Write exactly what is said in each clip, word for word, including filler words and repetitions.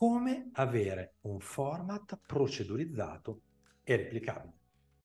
come avere un format procedurizzato e replicabile.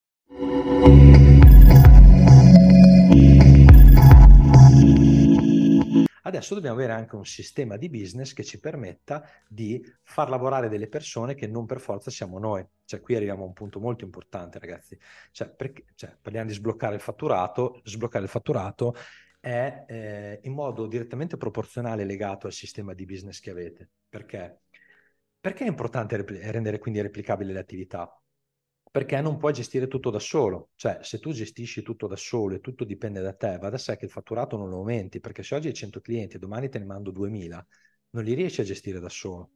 Adesso dobbiamo avere anche un sistema di business che ci permetta di far lavorare delle persone che non per forza siamo noi. Cioè, qui arriviamo a un punto molto importante, ragazzi. Cioè, perché, cioè, parliamo di sbloccare il fatturato. Sbloccare il fatturato è eh, in modo direttamente proporzionale legato al sistema di business che avete. Perché? Perché è importante repli- rendere quindi replicabili le attività? Perché non puoi gestire tutto da solo. Cioè, se tu gestisci tutto da solo e tutto dipende da te, va da sé che il fatturato non lo aumenti, perché se oggi hai cento clienti e domani te ne mando duemila, non li riesci a gestire da solo.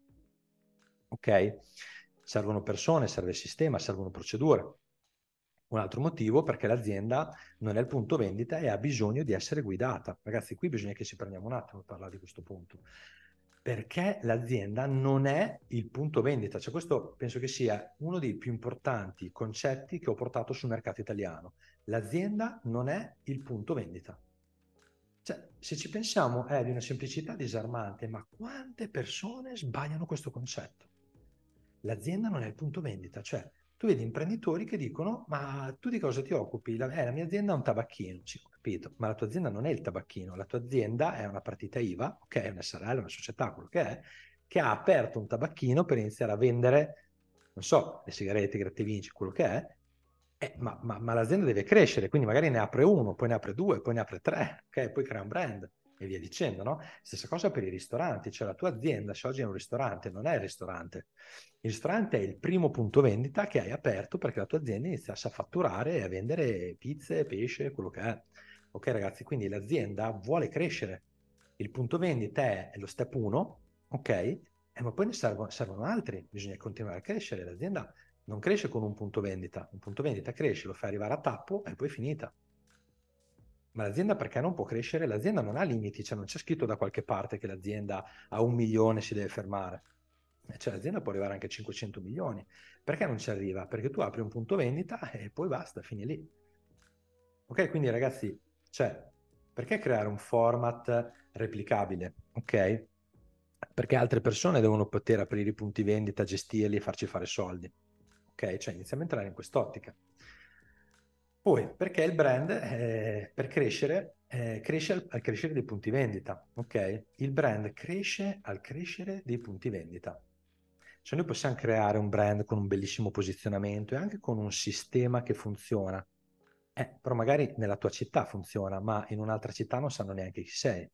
Ok? Servono persone, serve il sistema, servono procedure. Un altro motivo perché l'azienda non è il punto vendita e ha bisogno di essere guidata. Ragazzi, qui bisogna che ci prendiamo un attimo a parlare di questo punto. Perché l'azienda non è il punto vendita. Cioè, questo penso che sia uno dei più importanti concetti che ho portato sul mercato italiano. L'azienda non è il punto vendita. Cioè, se ci pensiamo è di una semplicità disarmante, ma quante persone sbagliano questo concetto? L'azienda non è il punto vendita, cioè tu vedi imprenditori che dicono ma tu di cosa ti occupi? La, eh, la mia azienda è un tabacchino, sì, ho capito, ma la tua azienda non è il tabacchino, la tua azienda è una partita I V A, ok, è una S R L, una società, quello che è, che ha aperto un tabacchino per iniziare a vendere, non so, le sigarette, i gratta e vinci, quello che è, eh, ma, ma, ma l'azienda deve crescere, quindi magari ne apre uno, poi ne apre due, poi ne apre tre, ok, poi crea un brand e via dicendo, no? Stessa cosa per i ristoranti, cioè la tua azienda, se oggi è un ristorante, non è il ristorante. Il ristorante è il primo punto vendita che hai aperto perché la tua azienda iniziasse a fatturare e a vendere pizze, pesce, quello che è. Ok, ragazzi, quindi l'azienda vuole crescere. Il punto vendita è lo step uno, ok? Eh, ma poi ne servono, servono altri, bisogna continuare a crescere. L'azienda non cresce con un punto vendita, un punto vendita cresce, lo fai arrivare a tappo e poi è finita. Ma l'azienda perché non può crescere? L'azienda non ha limiti, cioè non c'è scritto da qualche parte che l'azienda a un milione si deve fermare. Cioè l'azienda può arrivare anche a cinquecento milioni. Perché non ci arriva? Perché tu apri un punto vendita e poi basta, fini lì. Ok, quindi ragazzi, cioè, perché creare un format replicabile? Ok? Perché altre persone devono poter aprire i punti vendita, gestirli e farci fare soldi. Ok? Cioè iniziamo a entrare in quest'ottica. Poi, perché il brand, eh, per crescere, eh, cresce al, al crescere dei punti vendita, ok? Il brand cresce al crescere dei punti vendita. Cioè noi possiamo creare un brand con un bellissimo posizionamento e anche con un sistema che funziona. Eh, però magari nella tua città funziona, ma in un'altra città non sanno neanche chi sei.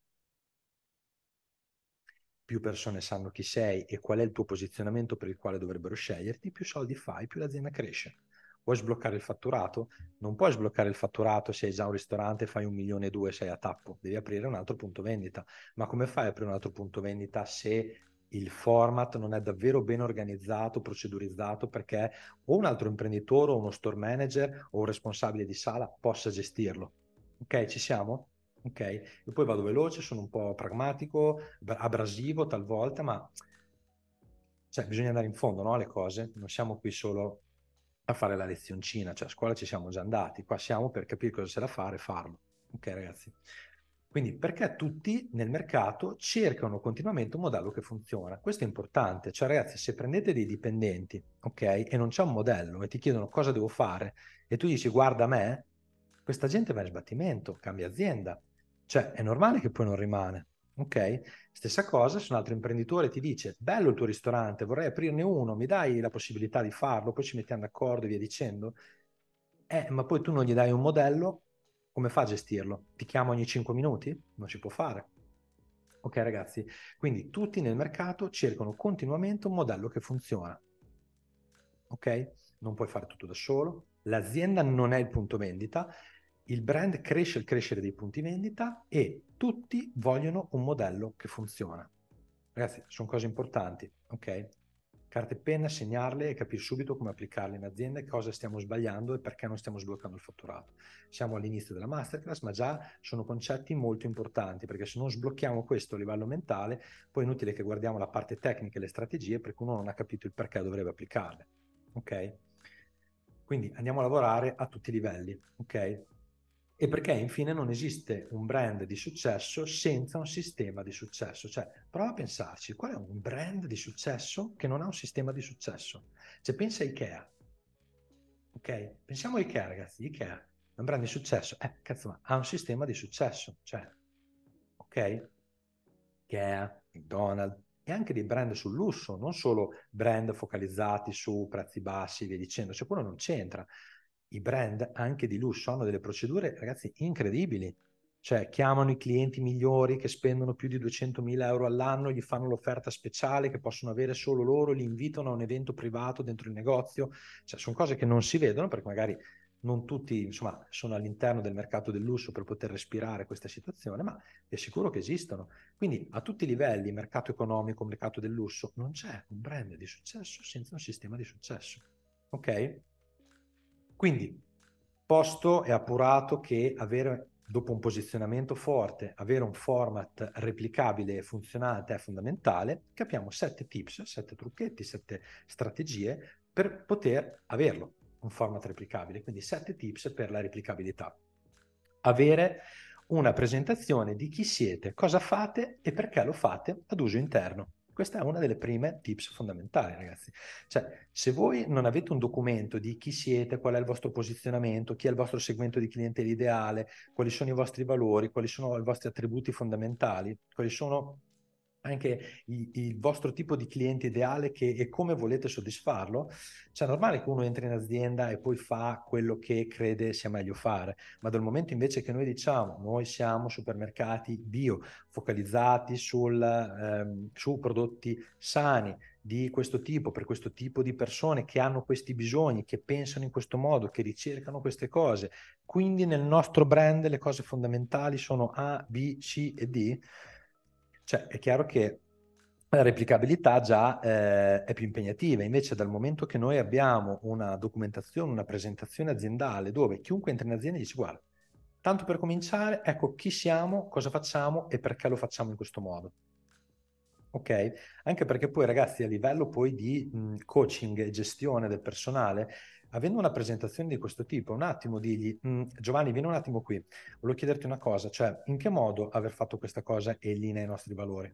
Più persone sanno chi sei e qual è il tuo posizionamento per il quale dovrebbero sceglierti, più soldi fai, più l'azienda cresce. Vuoi sbloccare il fatturato? Non puoi sbloccare il fatturato se hai già un ristorante, fai un milione e due, sei a tappo. Devi aprire un altro punto vendita. Ma come fai a aprire un altro punto vendita se il format non è davvero ben organizzato, procedurizzato, perché o un altro imprenditore o uno store manager o un responsabile di sala possa gestirlo? Ok, ci siamo? Ok, io poi vado veloce, sono un po' pragmatico, abrasivo talvolta, ma cioè, bisogna andare in fondo, no, alle cose. Non siamo qui solo a fare la lezioncina, cioè a scuola ci siamo già andati, qua siamo per capire cosa c'è da fare e farlo. Ok, ragazzi? Quindi perché tutti nel mercato cercano continuamente un modello che funziona? Questo è importante. Cioè, ragazzi, se prendete dei dipendenti, ok, e non c'è un modello e ti chiedono cosa devo fare e tu dici guarda me, questa gente va in sbattimento, cambia azienda. Cioè, è normale che poi non rimane. Ok? Stessa cosa se un altro imprenditore ti dice bello il tuo ristorante, vorrei aprirne uno, mi dai la possibilità di farlo, poi ci mettiamo d'accordo e via dicendo. Eh, ma poi tu non gli dai un modello, come fa a gestirlo? Ti chiamo ogni cinque minuti? Non si può fare. Ok, ragazzi? Quindi tutti nel mercato cercano continuamente un modello che funziona. Ok? Non puoi fare tutto da solo. L'azienda non è il punto vendita. Il brand cresce il crescere dei punti vendita e tutti vogliono un modello che funziona. Ragazzi, sono cose importanti, ok? Carta e penna, segnarle e capire subito come applicarle in azienda e cosa stiamo sbagliando e perché non stiamo sbloccando il fatturato. Siamo all'inizio della masterclass, ma già sono concetti molto importanti, perché se non sblocchiamo questo a livello mentale, poi è inutile che guardiamo la parte tecnica e le strategie, perché uno non ha capito il perché dovrebbe applicarle, ok? Quindi andiamo a lavorare a tutti i livelli, ok? E perché infine non esiste un brand di successo senza un sistema di successo. Cioè, prova a pensarci, qual è un brand di successo che non ha un sistema di successo? Cioè, pensa a Ikea, ok? Pensiamo a Ikea, ragazzi, Ikea è un brand di successo, eh, cazzo, ma ha un sistema di successo, cioè, ok? Ikea, McDonald's e anche dei brand sul lusso, non solo brand focalizzati su prezzi bassi e via dicendo, cioè quello non c'entra. I brand anche di lusso hanno delle procedure, ragazzi, incredibili. Cioè, chiamano i clienti migliori che spendono più di duecentomila euro all'anno, gli fanno l'offerta speciale che possono avere solo loro, li invitano a un evento privato dentro il negozio. Cioè, sono cose che non si vedono perché magari non tutti, insomma, sono all'interno del mercato del lusso per poter respirare questa situazione, ma è sicuro che esistono. Quindi a tutti i livelli, mercato economico, mercato del lusso, non c'è un brand di successo senza un sistema di successo. Ok? Quindi, posto e appurato che avere, dopo un posizionamento forte, avere un format replicabile e funzionante è fondamentale, capiamo sette tips, sette trucchetti, sette strategie per poter averlo, un format replicabile. Quindi sette tips per la replicabilità. Avere una presentazione di chi siete, cosa fate e perché lo fate ad uso interno. Questa è una delle prime tips fondamentali, ragazzi. Cioè, se voi non avete un documento di chi siete, qual è il vostro posizionamento, chi è il vostro segmento di clientela ideale, quali sono i vostri valori, quali sono i vostri attributi fondamentali, quali sono anche il, il vostro tipo di cliente ideale che, e come volete soddisfarlo, cioè è normale che uno entri in azienda e poi fa quello che crede sia meglio fare, ma dal momento invece che noi diciamo noi siamo supermercati bio, focalizzati sul, ehm, su prodotti sani, di questo tipo, per questo tipo di persone che hanno questi bisogni, che pensano in questo modo, che ricercano queste cose. Quindi nel nostro brand le cose fondamentali sono A, B, C e D. Cioè è chiaro che la replicabilità già eh, è più impegnativa, invece dal momento che noi abbiamo una documentazione, una presentazione aziendale dove chiunque entra in azienda dice guarda, tanto per cominciare, ecco chi siamo, cosa facciamo e perché lo facciamo in questo modo. Ok? Anche perché poi ragazzi a livello poi di mh, coaching e gestione del personale, avendo una presentazione di questo tipo, un attimo digli "Mm, Giovanni vieni un attimo qui, volevo chiederti una cosa, cioè in che modo aver fatto questa cosa è in linea ai nostri valori?"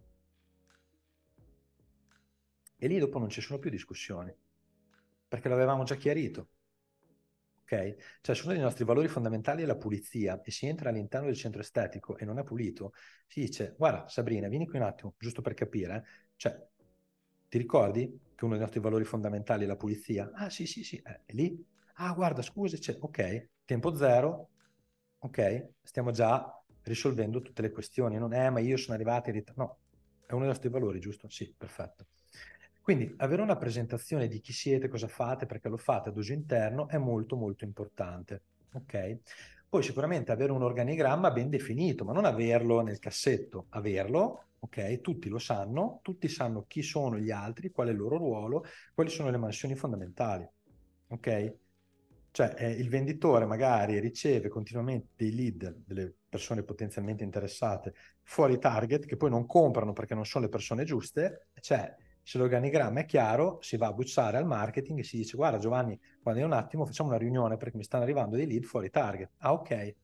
E lì dopo non ci sono più discussioni, perché l'avevamo già chiarito. Ok? Cioè, se uno dei nostri valori fondamentali è la pulizia e si entra all'interno del centro estetico e non è pulito, si dice, guarda Sabrina, vieni qui un attimo, giusto per capire, eh? Cioè, ti ricordi che uno dei nostri valori fondamentali è la pulizia? Ah, sì, sì, sì, eh, è lì. Ah, guarda, scusa, c'è, ok, tempo zero, ok, stiamo già risolvendo tutte le questioni, non è, ma io sono arrivato in ritardo, no, è uno dei nostri valori, giusto? Sì, perfetto. Quindi avere una presentazione di chi siete, cosa fate, perché lo fate ad uso interno è molto molto importante, ok? Poi sicuramente avere un organigramma ben definito, ma non averlo nel cassetto, averlo, ok? Tutti lo sanno, tutti sanno chi sono gli altri, qual è il loro ruolo, quali sono le mansioni fondamentali, ok? Cioè eh, il venditore magari riceve continuamente dei lead delle persone potenzialmente interessate fuori target che poi non comprano perché non sono le persone giuste, cioè se l'organigramma è chiaro si va a bussare al marketing e si dice guarda Giovanni, guarda un attimo facciamo una riunione perché mi stanno arrivando dei lead fuori target. Ah ok,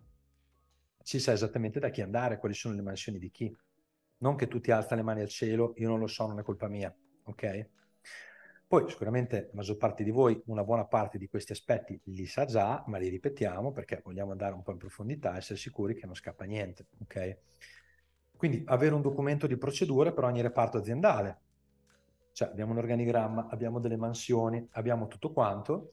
si sa esattamente da chi andare, quali sono le mansioni di chi. Non che tutti alzano le mani al cielo, io non lo so, non è colpa mia, ok? Poi sicuramente la maggior parte di voi, una buona parte di questi aspetti li sa già, ma li ripetiamo perché vogliamo andare un po' in profondità e essere sicuri che non scappa niente, ok? Quindi avere un documento di procedure per ogni reparto aziendale. Cioè abbiamo un organigramma, abbiamo delle mansioni, abbiamo tutto quanto,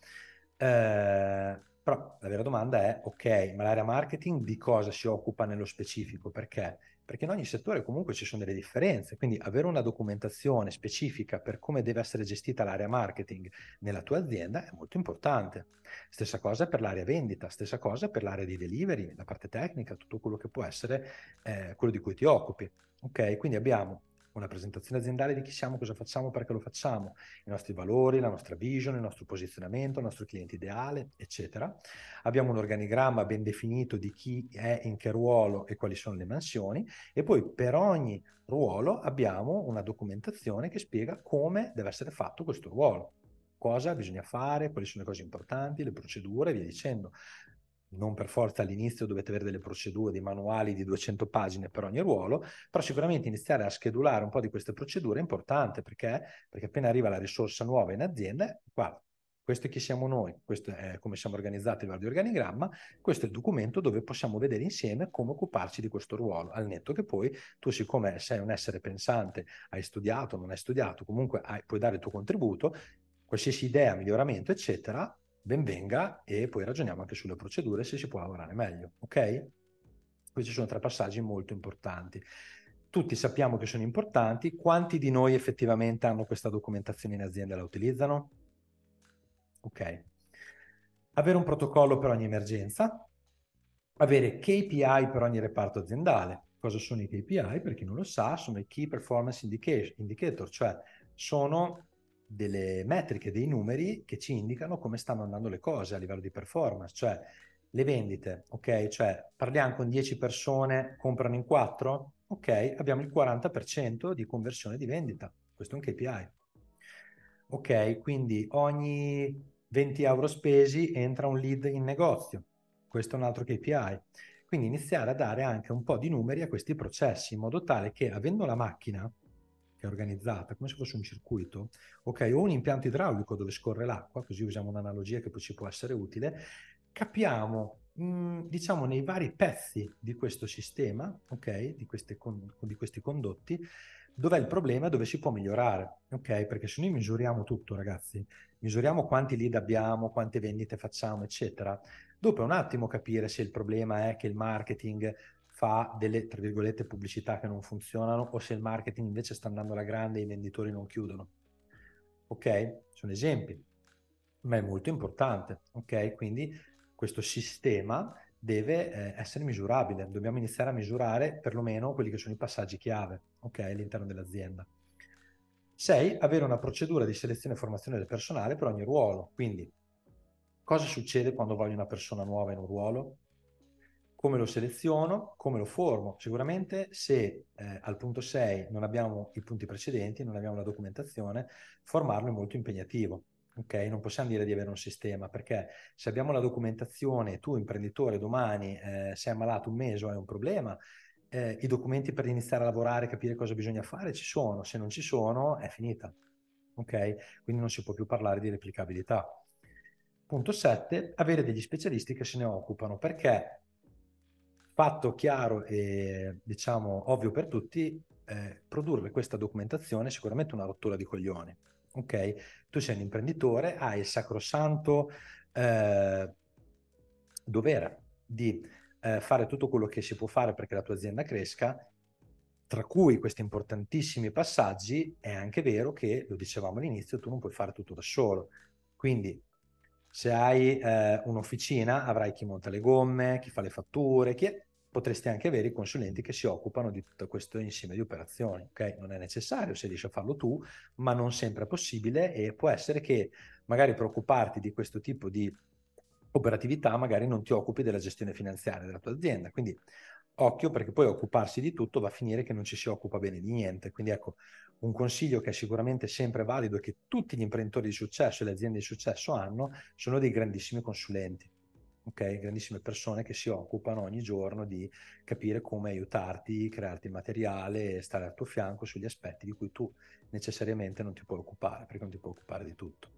eh, però la vera domanda è, ok, ma l'area marketing di cosa si occupa nello specifico? Perché? Perché in ogni settore comunque ci sono delle differenze, quindi avere una documentazione specifica per come deve essere gestita l'area marketing nella tua azienda è molto importante. Stessa cosa per l'area vendita, stessa cosa per l'area di delivery, la parte tecnica, tutto quello che può essere eh, quello di cui ti occupi. Ok, quindi abbiamo una presentazione aziendale di chi siamo, cosa facciamo, perché lo facciamo, i nostri valori, la nostra vision, il nostro posizionamento, il nostro cliente ideale, eccetera. Abbiamo un organigramma ben definito di chi è in che ruolo e quali sono le mansioni e poi per ogni ruolo abbiamo una documentazione che spiega come deve essere fatto questo ruolo, cosa bisogna fare, quali sono le cose importanti, le procedure e via dicendo. non per forza all'inizio dovete avere delle procedure, dei manuali di duecento pagine per ogni ruolo, però sicuramente iniziare a schedulare un po' di queste procedure è importante, perché, perché appena arriva la risorsa nuova in azienda, guarda, questo è chi siamo noi, questo è come siamo organizzati a livello di organigramma, questo è il documento dove possiamo vedere insieme come occuparci di questo ruolo, al netto che poi tu, siccome sei un essere pensante, hai studiato, non hai studiato, comunque hai, puoi dare il tuo contributo, qualsiasi idea, miglioramento, eccetera, ben venga, e poi ragioniamo anche sulle procedure se si può lavorare meglio, ok? Questi sono tre passaggi molto importanti. Tutti sappiamo che sono importanti. Quanti di noi effettivamente hanno questa documentazione in azienda e la utilizzano? Ok. Avere un protocollo per ogni emergenza, avere K P I per ogni reparto aziendale. Cosa sono i K P I? Per chi non lo sa, sono i Key Performance Indicator, cioè sono delle metriche, dei numeri che ci indicano come stanno andando le cose a livello di performance, cioè le vendite, ok? Cioè parliamo con dieci persone, comprano in quattro? Ok, abbiamo il quaranta per cento di conversione di vendita. Questo è un K P I. Ok, quindi ogni venti euro spesi entra un lead in negozio. Questo è un altro K P I. Quindi iniziare a dare anche un po' di numeri a questi processi, in modo tale che, avendo la macchina che è organizzata come se fosse un circuito, ok, o un impianto idraulico dove scorre l'acqua, così usiamo un'analogia che poi ci può essere utile, capiamo, mh, diciamo, nei vari pezzi di questo sistema, ok, di, queste con, di questi condotti, dov'è il problema e dove si può migliorare, ok? Perché se noi misuriamo tutto, ragazzi, misuriamo quanti lead abbiamo, quante vendite facciamo, eccetera, dopo è un attimo capire se il problema è che il marketing fa delle, tra virgolette, pubblicità che non funzionano, o se il marketing invece sta andando alla grande e i venditori non chiudono. Ok? Sono esempi, ma è molto importante, ok? Quindi questo sistema deve eh, essere misurabile, dobbiamo iniziare a misurare perlomeno quelli che sono i passaggi chiave, ok? All'interno dell'azienda. sei. Avere una procedura di selezione e formazione del personale per ogni ruolo, quindi cosa succede quando voglio una persona nuova in un ruolo? Come lo seleziono? Come lo formo? Sicuramente se eh, al punto sei non abbiamo i punti precedenti, non abbiamo la documentazione, formarlo è molto impegnativo. Ok? Non possiamo dire di avere un sistema, perché se abbiamo la documentazione, tu imprenditore domani eh, sei ammalato un mese o hai un problema, eh, i documenti per iniziare a lavorare, capire cosa bisogna fare ci sono, se non ci sono è finita. Ok? Quindi non si può più parlare di replicabilità. Punto sette, avere degli specialisti che se ne occupano, perché fatto chiaro e diciamo ovvio per tutti, eh, produrre questa documentazione è sicuramente una rottura di coglioni. Ok? Tu sei un imprenditore, hai il sacrosanto eh, dovere di eh, fare tutto quello che si può fare perché la tua azienda cresca, tra cui questi importantissimi passaggi. È anche vero che, lo dicevamo all'inizio, tu non puoi fare tutto da solo. Quindi se hai eh, un'officina avrai chi monta le gomme, chi fa le fatture, chi è... potresti anche avere i consulenti che si occupano di tutto questo insieme di operazioni. Ok? Non è necessario se riesci a farlo tu, ma non sempre è possibile, e può essere che magari per occuparti di questo tipo di operatività magari non ti occupi della gestione finanziaria della tua azienda. Quindi occhio, perché poi occuparsi di tutto va a finire che non ci si occupa bene di niente. Quindi ecco, un consiglio che è sicuramente sempre valido e che tutti gli imprenditori di successo e le aziende di successo hanno, sono dei grandissimi consulenti, ok? Grandissime persone che si occupano ogni giorno di capire come aiutarti, crearti il materiale e stare al tuo fianco sugli aspetti di cui tu necessariamente non ti puoi occupare, perché non ti puoi occupare di tutto.